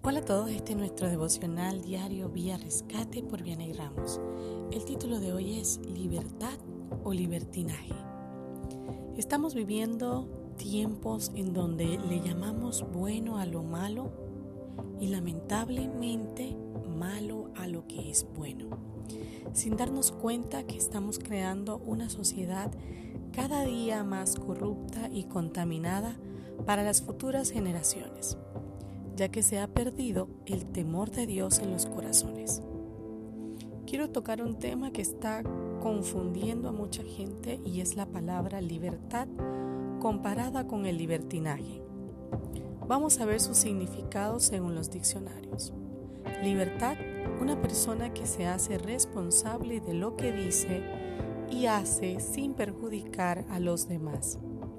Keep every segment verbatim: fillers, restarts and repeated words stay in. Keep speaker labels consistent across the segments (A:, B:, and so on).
A: Hola a todos, este es nuestro devocional diario Vía Rescate por Vianey Ramos. El título de hoy es ¿Libertad o libertinaje? Estamos viviendo tiempos en donde le llamamos bueno a lo malo y lamentablemente malo a lo que es bueno, sin darnos cuenta que estamos creando una sociedad cada día más corrupta y contaminada para las futuras generaciones, ya que se ha perdido el temor de Dios en los corazones. Quiero tocar un tema que está confundiendo a mucha gente y es la palabra libertad comparada con el libertinaje. Vamos a ver su significado según los diccionarios. Libertad, una persona que se hace responsable de lo que dice y hace sin perjudicar a los demás.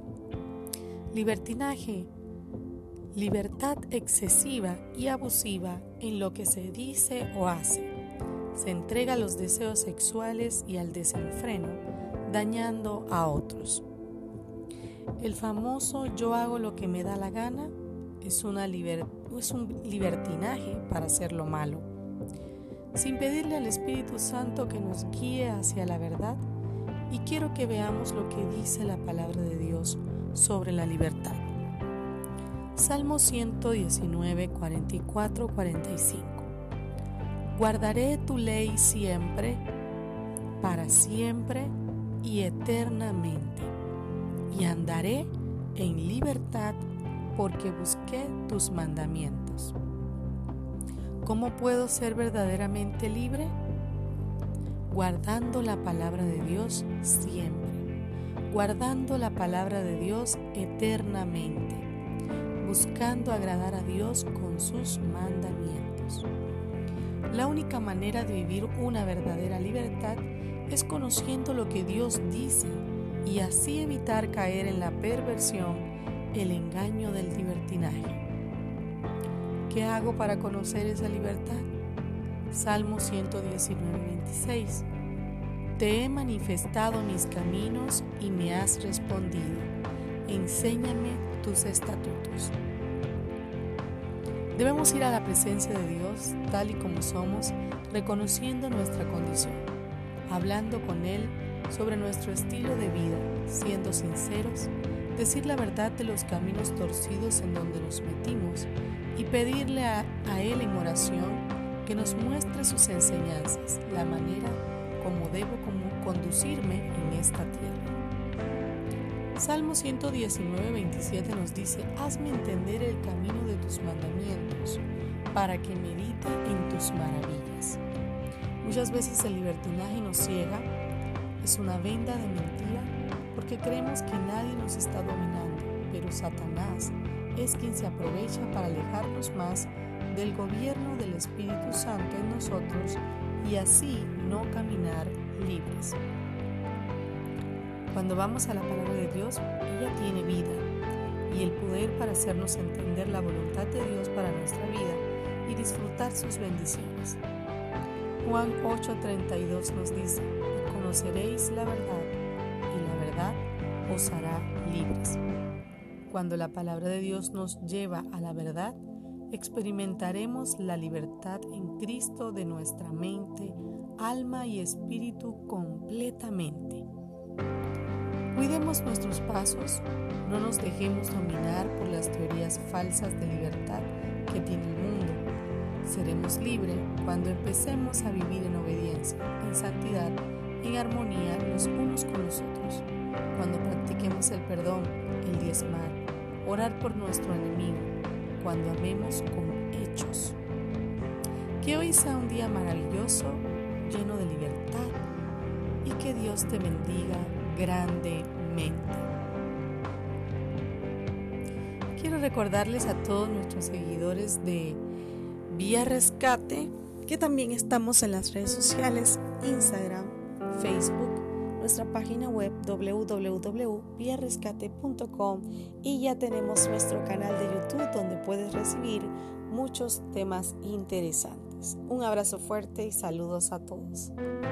A: Libertinaje, libertad excesiva y abusiva en lo que se dice o hace. Se entrega a los deseos sexuales y al desenfreno, dañando a otros. El famoso yo hago lo que me da la gana es, una liber- es un libertinaje para hacer lo malo, sin pedirle al Espíritu Santo que nos guíe hacia la verdad. Y quiero que veamos lo que dice la palabra de Dios sobre la libertad. Salmo ciento diecinueve, cuarenta y cuatro, cuarenta y cinco. Guardaré tu ley siempre, para siempre y eternamente, y andaré en libertad porque busqué tus mandamientos. ¿Cómo puedo ser verdaderamente libre? Guardando la palabra de Dios siempre, guardando la palabra de Dios eternamente, buscando agradar a Dios con sus mandamientos. La única manera de vivir una verdadera libertad es conociendo lo que Dios dice y así evitar caer en la perversión, el engaño del libertinaje. ¿Qué hago para conocer esa libertad? Salmo ciento diecinueve, veintiséis. Te he manifestado mis caminos y me has respondido. Enséñame tus estatutos. Debemos ir a la presencia de Dios tal y como somos, reconociendo nuestra condición, hablando con Él sobre nuestro estilo de vida, siendo sinceros, decir la verdad de los caminos torcidos en donde nos metimos y pedirle a, a Él en oración que nos muestre sus enseñanzas, la manera como debo como conducirme en esta tierra. Salmo ciento diecinueve, veintisiete nos dice: hazme entender el camino de tus mandamientos, para que medite en tus maravillas. Muchas veces el libertinaje nos ciega, es una venda de mentira, porque creemos que nadie nos está dominando, pero Satanás es quien se aprovecha para alejarnos más del gobierno del Espíritu Santo en nosotros y así no caminar libres. Cuando vamos a la palabra de Dios, ella tiene vida y el poder para hacernos entender la voluntad de Dios para nuestra vida y disfrutar sus bendiciones. Juan ocho, treinta y dos nos dice: y conoceréis la verdad, y la verdad os hará libres. Cuando la palabra de Dios nos lleva a la verdad, experimentaremos la libertad en Cristo de nuestra mente, alma y espíritu completamente. Cuidemos nuestros pasos, no nos dejemos dominar por las teorías falsas de libertad que tiene el mundo. Seremos libres cuando empecemos a vivir en obediencia, en santidad, en armonía los unos con los otros. Cuando practiquemos el perdón, el diezmar, orar por nuestro enemigo, cuando amemos con hechos. Que hoy sea un día maravilloso, lleno de libertad, y que Dios te bendiga grandemente. Quiero recordarles a todos nuestros seguidores de Vía Rescate que también estamos en las redes sociales, Instagram, Facebook, nuestra página web doble u doble u doble u punto vía rescate punto com y ya tenemos nuestro canal de YouTube donde puedes recibir muchos temas interesantes. Un abrazo fuerte y saludos a todos.